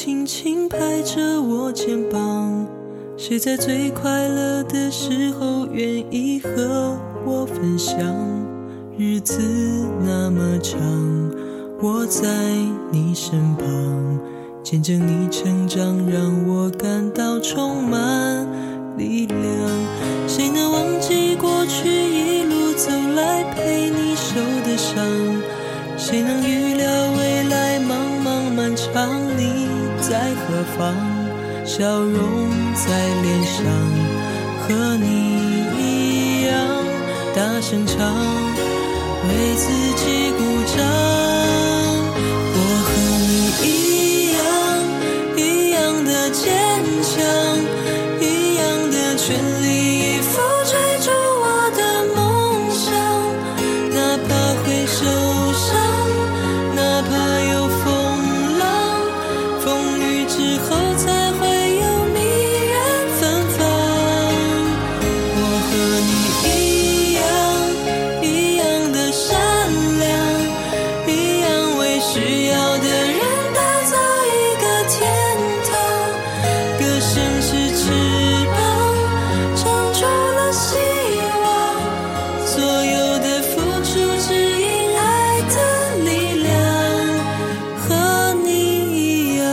轻轻拍着我肩膀，谁在最快乐的时候愿意和我分享？日子那么长，我在你身旁，见证你成长，让我感到充满力量。谁能忘记过去一路走来陪你受的伤？谁能预料未来茫茫漫长，你在何方？笑容在脸上，和你一样大声唱，为自己鼓掌。我和你一样，一样的坚强，一样的全力以赴追逐我的梦想，哪怕会受伤，哪怕有风浪，风雨之后才会有迷人芬芳。我和你一样，一样的善良，一样为需要的人打造一个天堂。歌声是翅膀，长出了希望，所有的付出只因爱的力量，和你一样。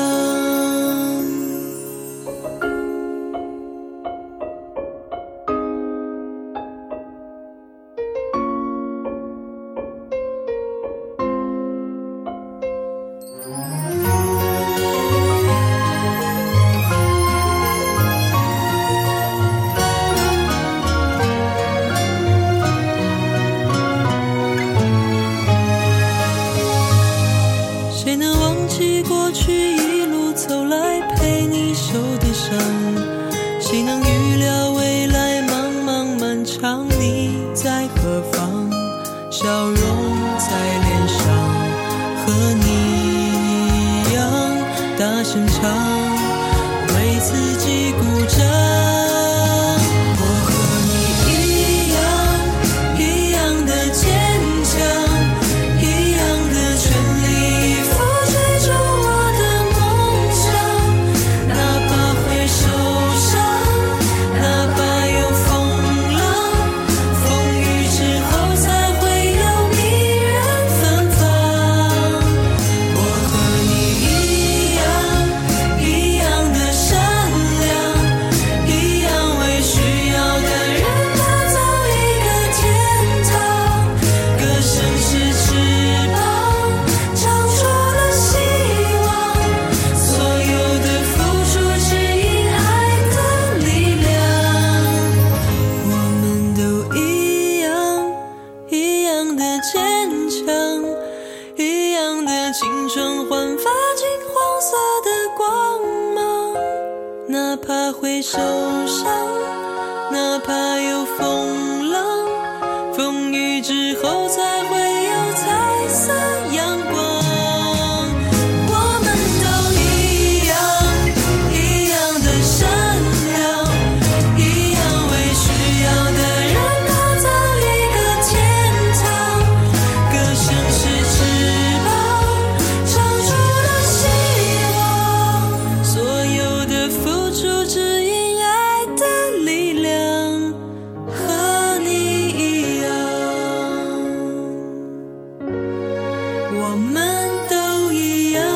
谁能忘记过去一路走来陪你受的伤？谁能预料未来茫茫漫长，你在何方？笑容在脸上，和你一样大声唱，为自己鼓掌。我和你一样，一样的坚强，一样的全力以赴追逐我的梦想，哪怕会受伤，哪怕有风浪，风雨之后才会有迷人芬芳。我和你一样，一样的善良，一样为需要的人打造一个天堂。歌声是翅膀，长出了希望，所有的付出只因爱的力量。我们都一样，一样的坚强，一样的青春焕发金黄色的光芒，哪怕会受伤，哪怕有风浪，风雨之后才会有彩色阳光。我们都一样，一样的善良，一样为需要的人打造一个天堂。歌声是翅膀，长出了希望，所有的付出只因爱的力量，和你一样。我们都一样。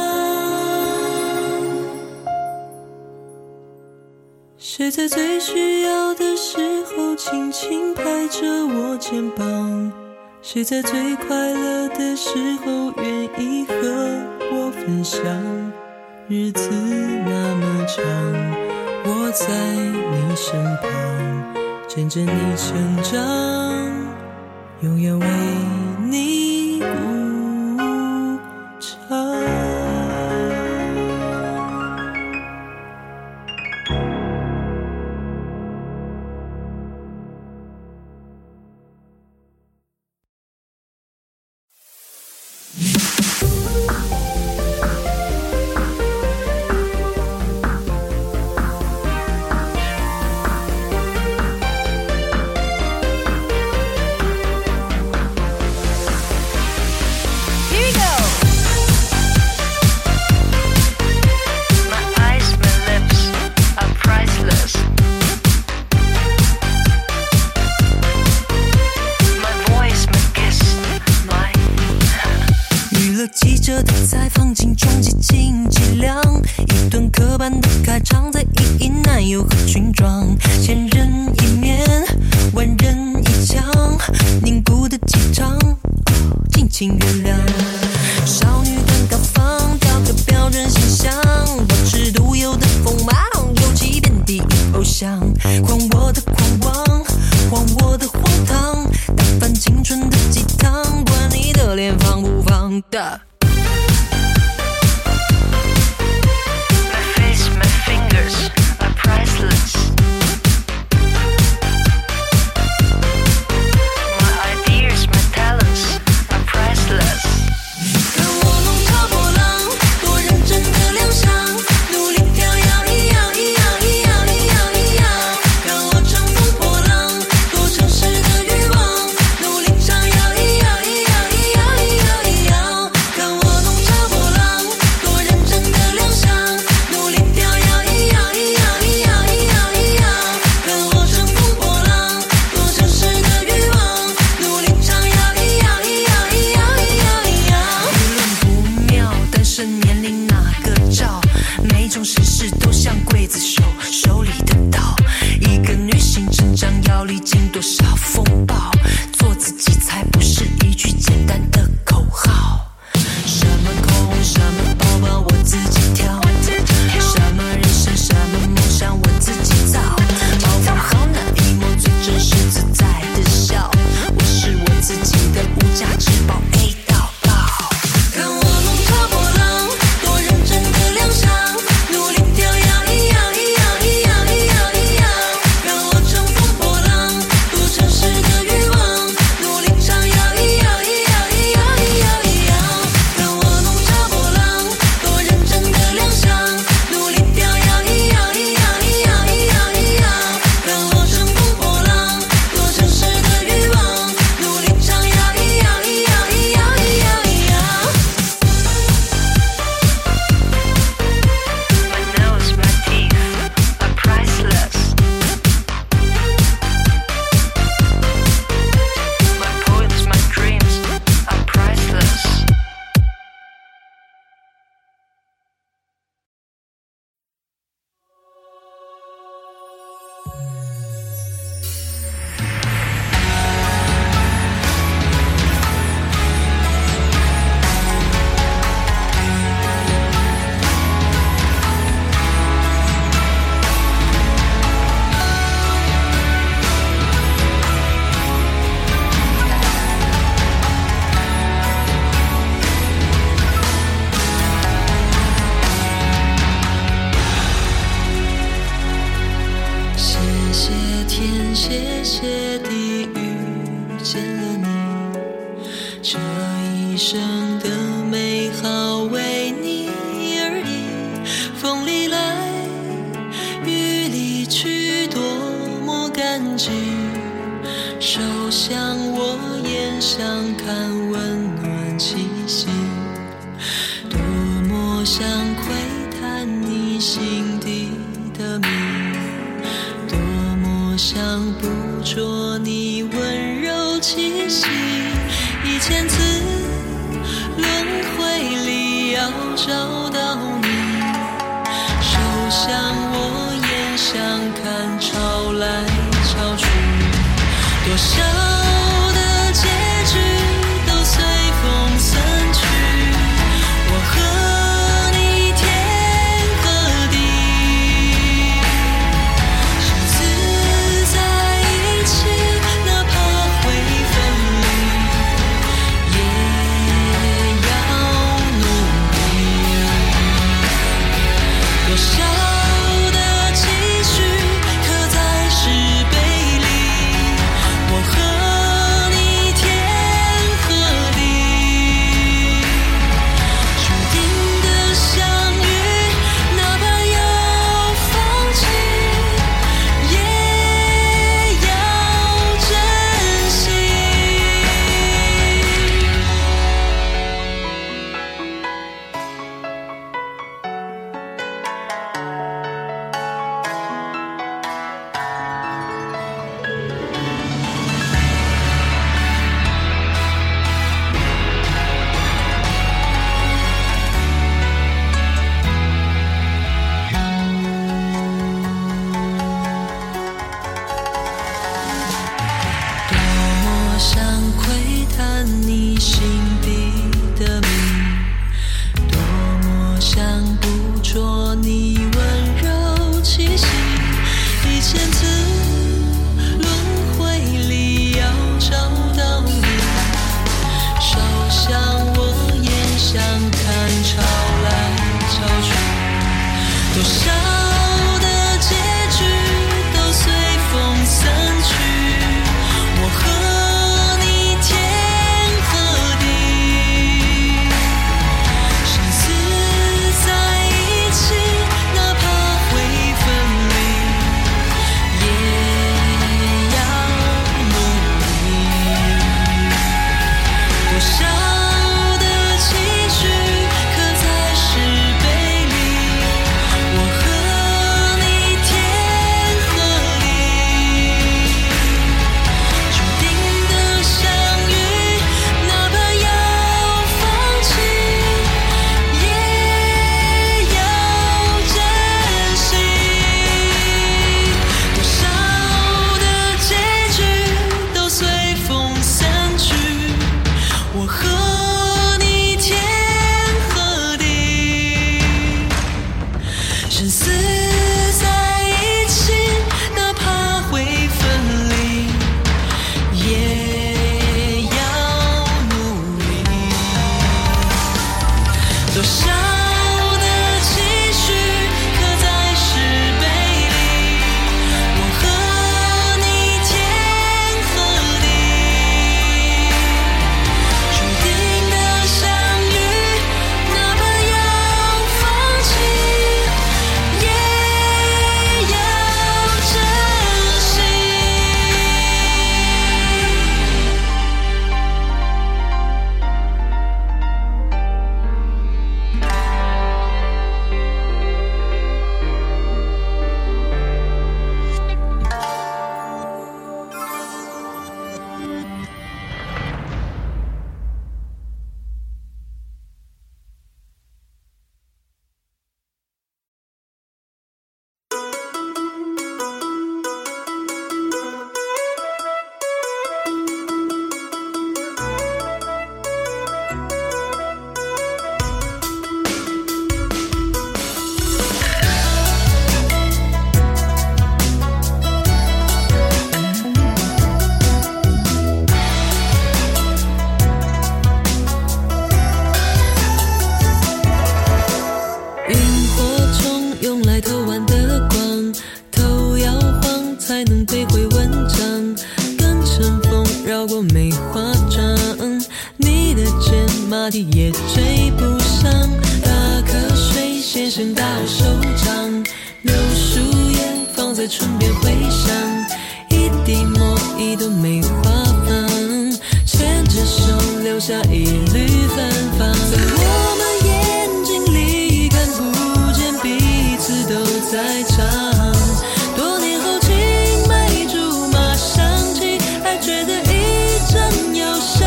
谁在最需要的时候轻轻拍着我肩膀？谁在最快乐的时候愿意和我分享？日子那么长，我在你身旁，见证你成长，永远为你鼓掌。 又何军装？千人一面，万人一腔，凝固的气场，尽情原谅。少女的高仿，雕刻标准形象，保持独有的锋芒，勇气遍地偶像。狂我的狂妄，荒我的荒唐，打翻青春的鸡汤，管你的脸放不放的。谢谢地遇见了你，这一生的美好为你而已。风里来，雨里去，多么感激。手向我，眼相看，温暖气息，多么想窥探你心底的谜，想捕捉你温柔气息，1000次轮回里要找到你。手向我，眼相看，潮来潮去，多少的结局都随风散去。我和你天和地，多少的期许刻在石碑里，我和多少的结局都随风散去，我和你天和地，生死在一起，哪怕会分离，也要努力。多少的期许刻在石碑里，我和你天和地，注定的相遇，哪怕要放弃，也要珍惜。多少的结局都随风散去，我和你天和地，生死在一起，哪怕会分离，也要努力。多少的期许刻在石碑里，我和你天和地，注定的相遇，哪怕要放弃，也要珍惜。萤火虫用来偷玩的光，头摇晃才能背回文章，跟晨风绕过梅花桩，你的肩马蹄也追不上，打瞌睡先生大手掌，流树叶放在唇边回响，一滴墨一朵梅花芳，牵着手留下一缕芬芳，在我们眼睛里看不见彼此都在场，多年后青梅竹马想起，还觉得一阵忧伤。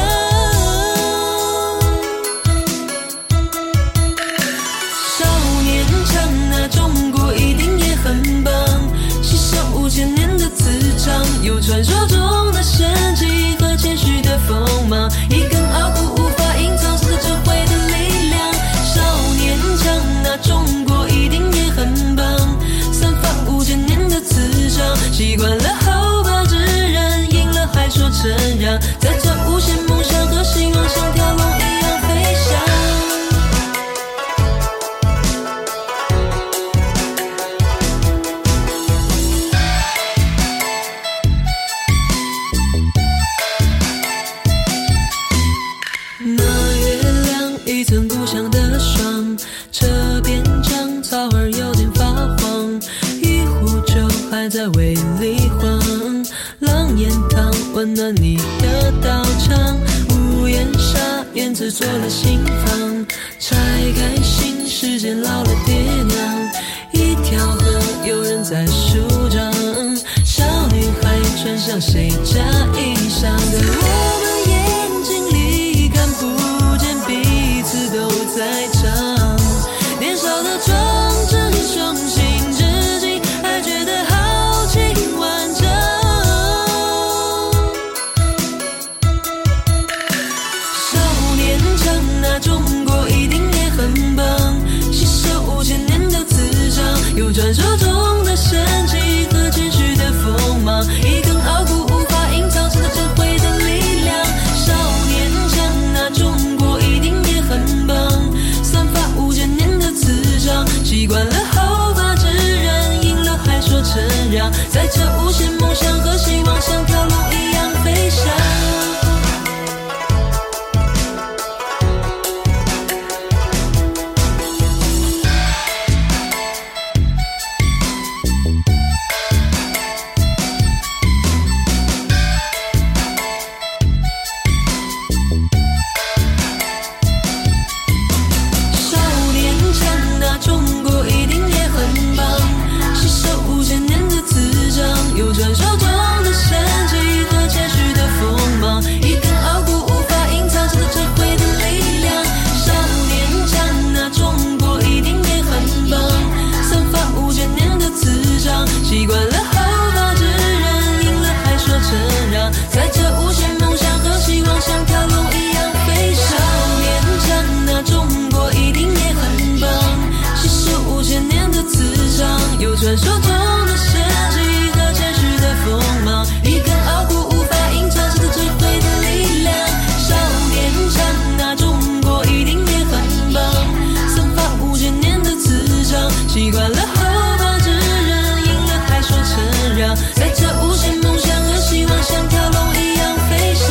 少年强啊，中国一定也很棒，吸收5000年的磁场，有传说中的神迹和谦虚的锋芒，一根傲骨无法隐藏，是智慧的力量。少年强啊，中国一定也很棒，散发5000年的磁场，习惯了后发制人，赢了还说承让，在这无限梦想和希望像条龙一样飞翔。那月亮一层故乡的霜，这边长草儿有点发黄，一壶酒还在胃里晃，狼烟汤温暖你的道场，屋檐下燕子做了心房，拆开心时间老了爹娘，一条河有人在舒张，小女孩穿上谁家衣裳，在我们眼睛里看不见彼此都在场，年少的壮志雄心至今还觉得豪情万丈。少年强啊，中国一定也很棒，吸收5000年的磁场，有传说中的神迹和谦虚的锋芒，一根傲骨无法隐藏，是智慧的力量。少年强啊，中国一定也很棒，散发5000年的磁场，习惯了后发习惯了后发制人，赢了还说承让，在这无限梦想和希望像条龙一样飞翔。勉强那中国一定也很棒，吸收5000年的磁场，有传说中的神迹和前世的锋芒，一根傲骨无法隐藏是智慧的力量。少年强那中国一定也很棒，散发5000年的磁场，习惯了后发制人，赢了还说承让，在这无限梦想和希望像条龙一样飞翔。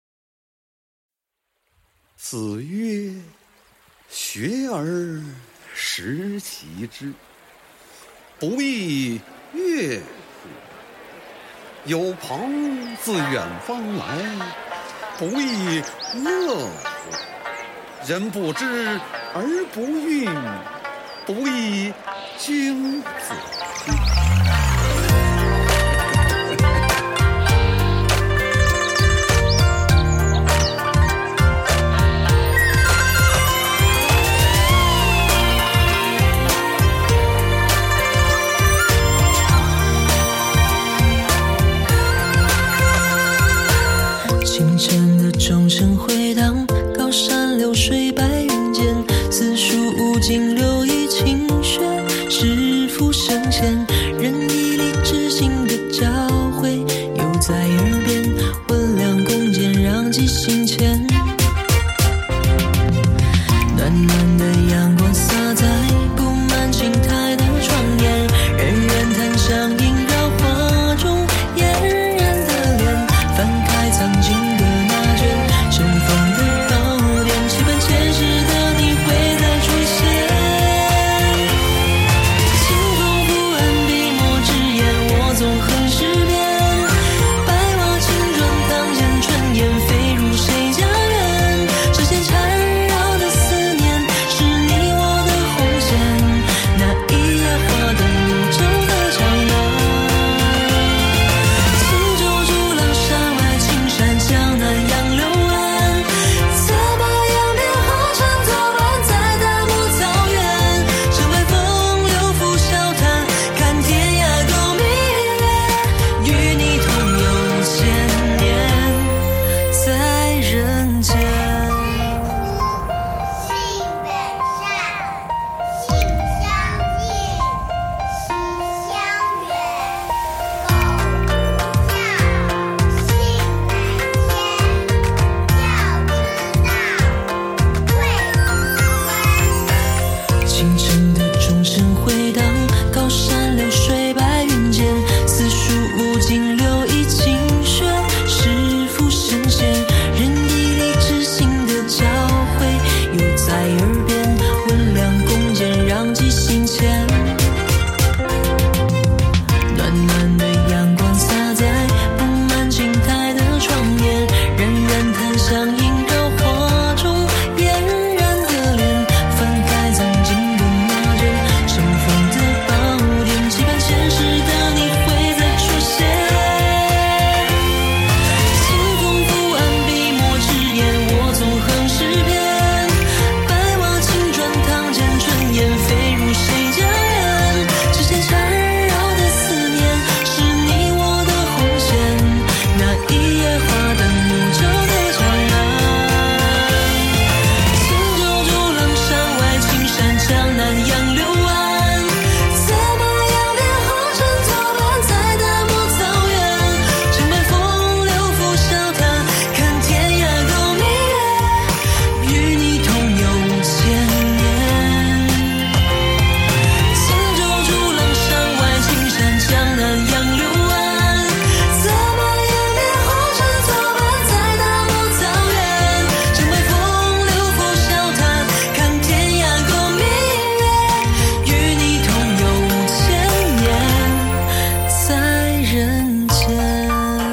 子曰：学而食其之，不亦乐乎？有朋自远方来，不亦乐乎？人不知而不愠，不亦君子乎？ 清晨的钟声回荡，高山流水白云间，四书五经六艺勤学，师父圣贤，仁义礼智信的教诲，犹在耳边，温良恭俭让记心间。暖暖的阳光洒在布满青苔的窗沿，人人檀香萦绕花中嫣然的脸，翻开藏经阁那卷尘封的宝典，期盼前世的你会再出现。清风拂岸，笔墨纸砚，我纵横诗篇，百花青砖堂前，春燕飞入谁家园？指尖缠绕的思念，是你我的红线，那一夜画的泸州的长安。轻舟逐浪，山外青山，江南杨柳岸，策马扬鞭，红尘作伴，在大漠草原，身外风流拂晓谈，看天涯共明月，与你同游千年，在人间。清晨的钟声回荡，高山流水白云间，四书五经六艺勤学，师父圣贤，仁义礼智信的教诲，犹在耳边，温良恭俭让记心间。暖暖的阳光洒在布满青苔的窗沿，冉冉檀香萦绕花中嫣然的脸，翻开藏经阁那卷尘封的宝典，期盼前世的你会再出现。清风拂岸，笔墨纸砚，我纵横诗篇，百花青砖堂前，春燕飞入谁家园？指尖缠绕的思念，是你我的红线，那一夜画的泸州的长安。轻舟逐浪，山外青山，江南杨柳岸，策马扬鞭，红尘作伴，在大漠草原，身外风流拂晓谈，看天涯共明月，与你同游千年。轻舟逐浪，山外青山，江南杨柳岸，策马扬鞭，红尘作伴，在大漠草原，身外风流拂晓谈，看天涯共明月，与你同游千年，在人间。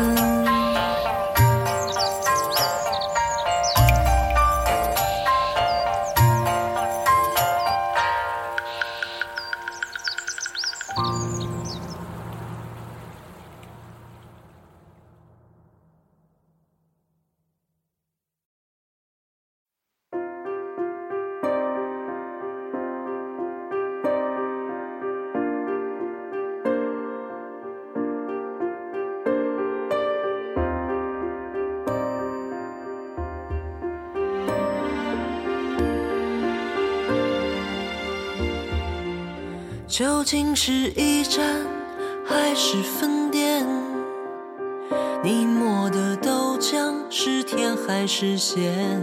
究竟是一站还是分店？你磨的豆浆是甜还是咸？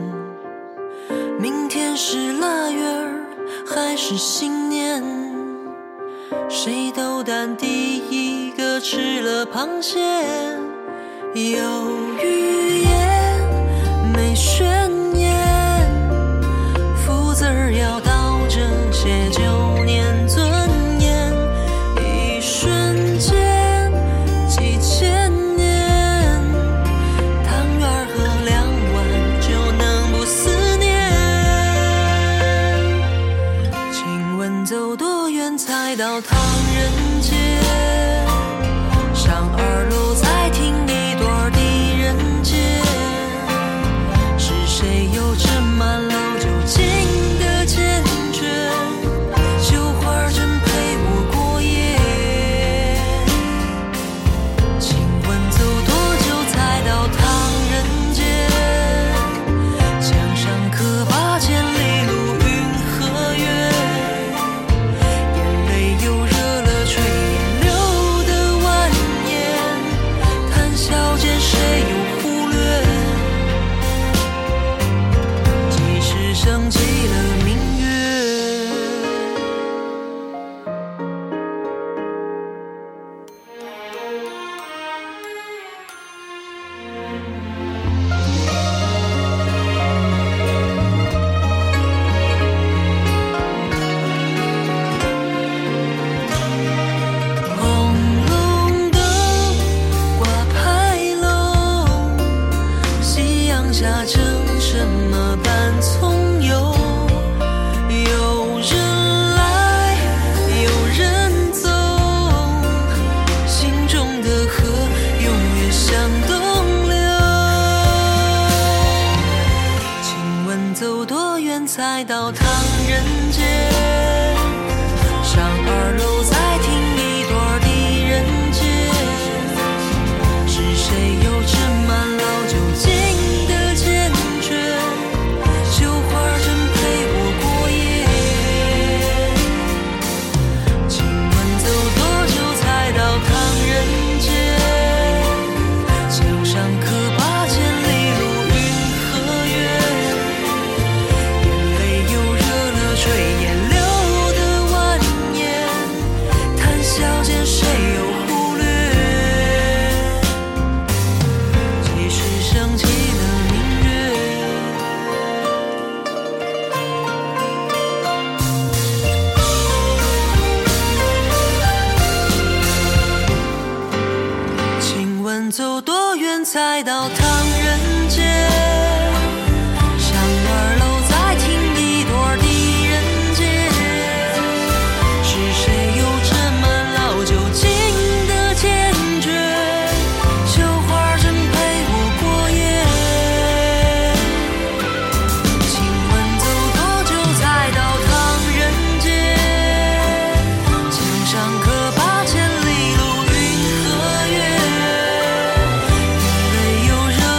明天是腊月儿还是新年？谁斗胆第一个吃了螃蟹？有语言没宣言，福字儿要倒这些旧年尊严，一瞬间几千年，汤圆和2碗就能不思念。请问走多远才到唐人街？上2楼再听一段狄仁杰，是谁又斟满老酒精的坚决？绣花针陪我过夜。请问走多久才到唐人街？墙上刻8千里路云和月，眼泪又热了炊烟流的蜿蜒，谈笑间谁又忽略？即使升起了明月。轰隆的挂牌楼，夕阳下正什么般从容？有人来有人走，心中的河永远向东流。请问走多远才到唐人街？上2楼再听一段狄仁杰，是谁又斟满老酒精的坚决？绣花针陪我过夜。请问走多久才到唐人街？墙上刻8千里路云和月，眼泪又热了炊烟流的蜿蜒，谈笑间谁又忽略？即使升起了明月。请问走多远才到唐人街？上2楼再听一段狄仁杰，是谁又斟满老酒精的坚决？绣花针陪我过夜。请问走多久才到唐人街？墙上刻8千里路云和月，眼泪又热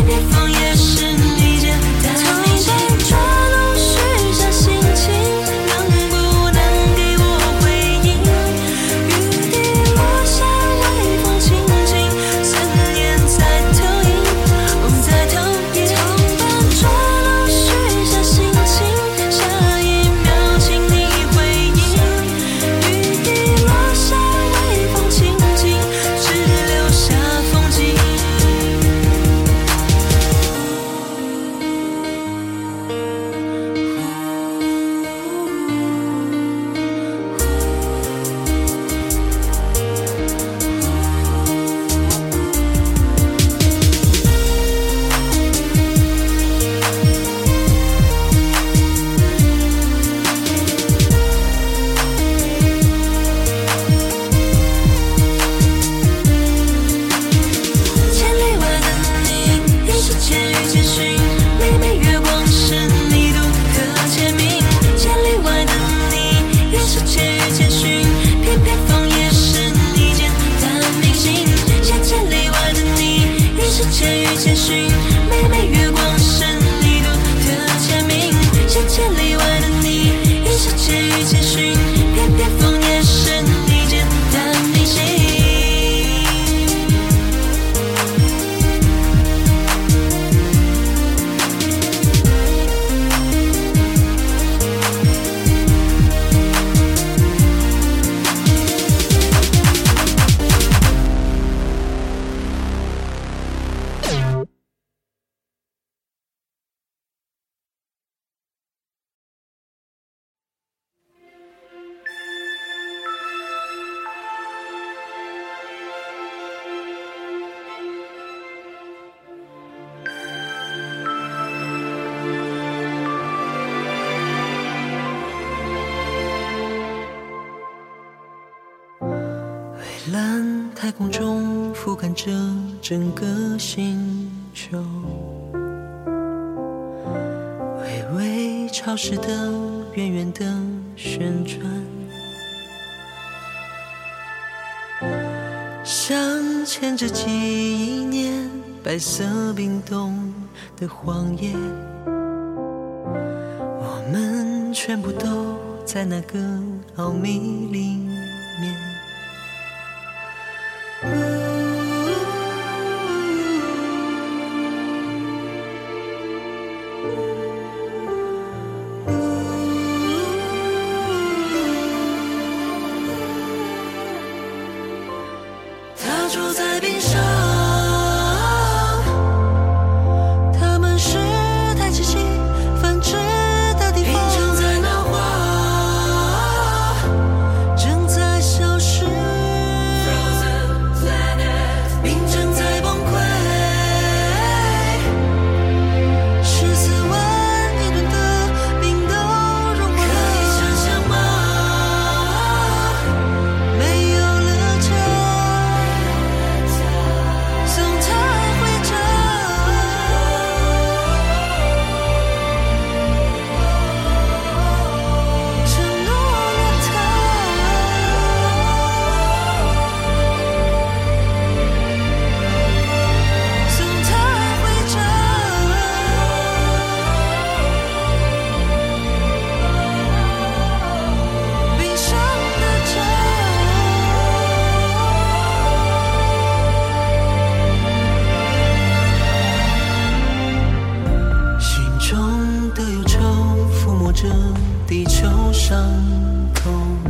片枫叶是你简单明星。抓漏许下心情，能不能给我回应？雨滴落下，微风轻轻，思念在投影，在投影。同伴抓漏许下心情，下一秒请你回应。雨滴落下，微风轻轻，只留下风景。千里外的你，也是千与千寻，每枚月光是你独特签名。千里外的你，也是千与千寻，片片枫叶是你简单明星。千里外的你，也是千与千寻，每枚月光是你独特签名。千里外的你，也是千与千寻，片片枫叶是你简单明星。蔚蓝太空中覆盖着整个星球，微微潮湿的远远的旋转，像牵着记忆年白色冰冻的黄叶，我们全部都在那个奥秘里面。他住在冰上，他们是太气息繁殖的地方，冰正在老化，正在消失，冰正在崩溃，14万亿吨的冰都融化了，可以想象吗？没有了家，送他回家，承诺了他，送他回家。冰上的家，心中的忧愁抚摸着地球伤口，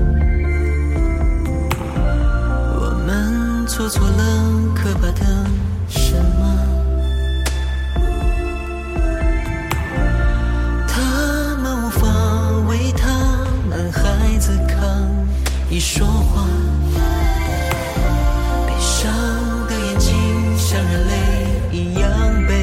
我们做错了可怕的什么？他们无法为他们孩子抗议说话，悲伤的眼睛像人类一样悲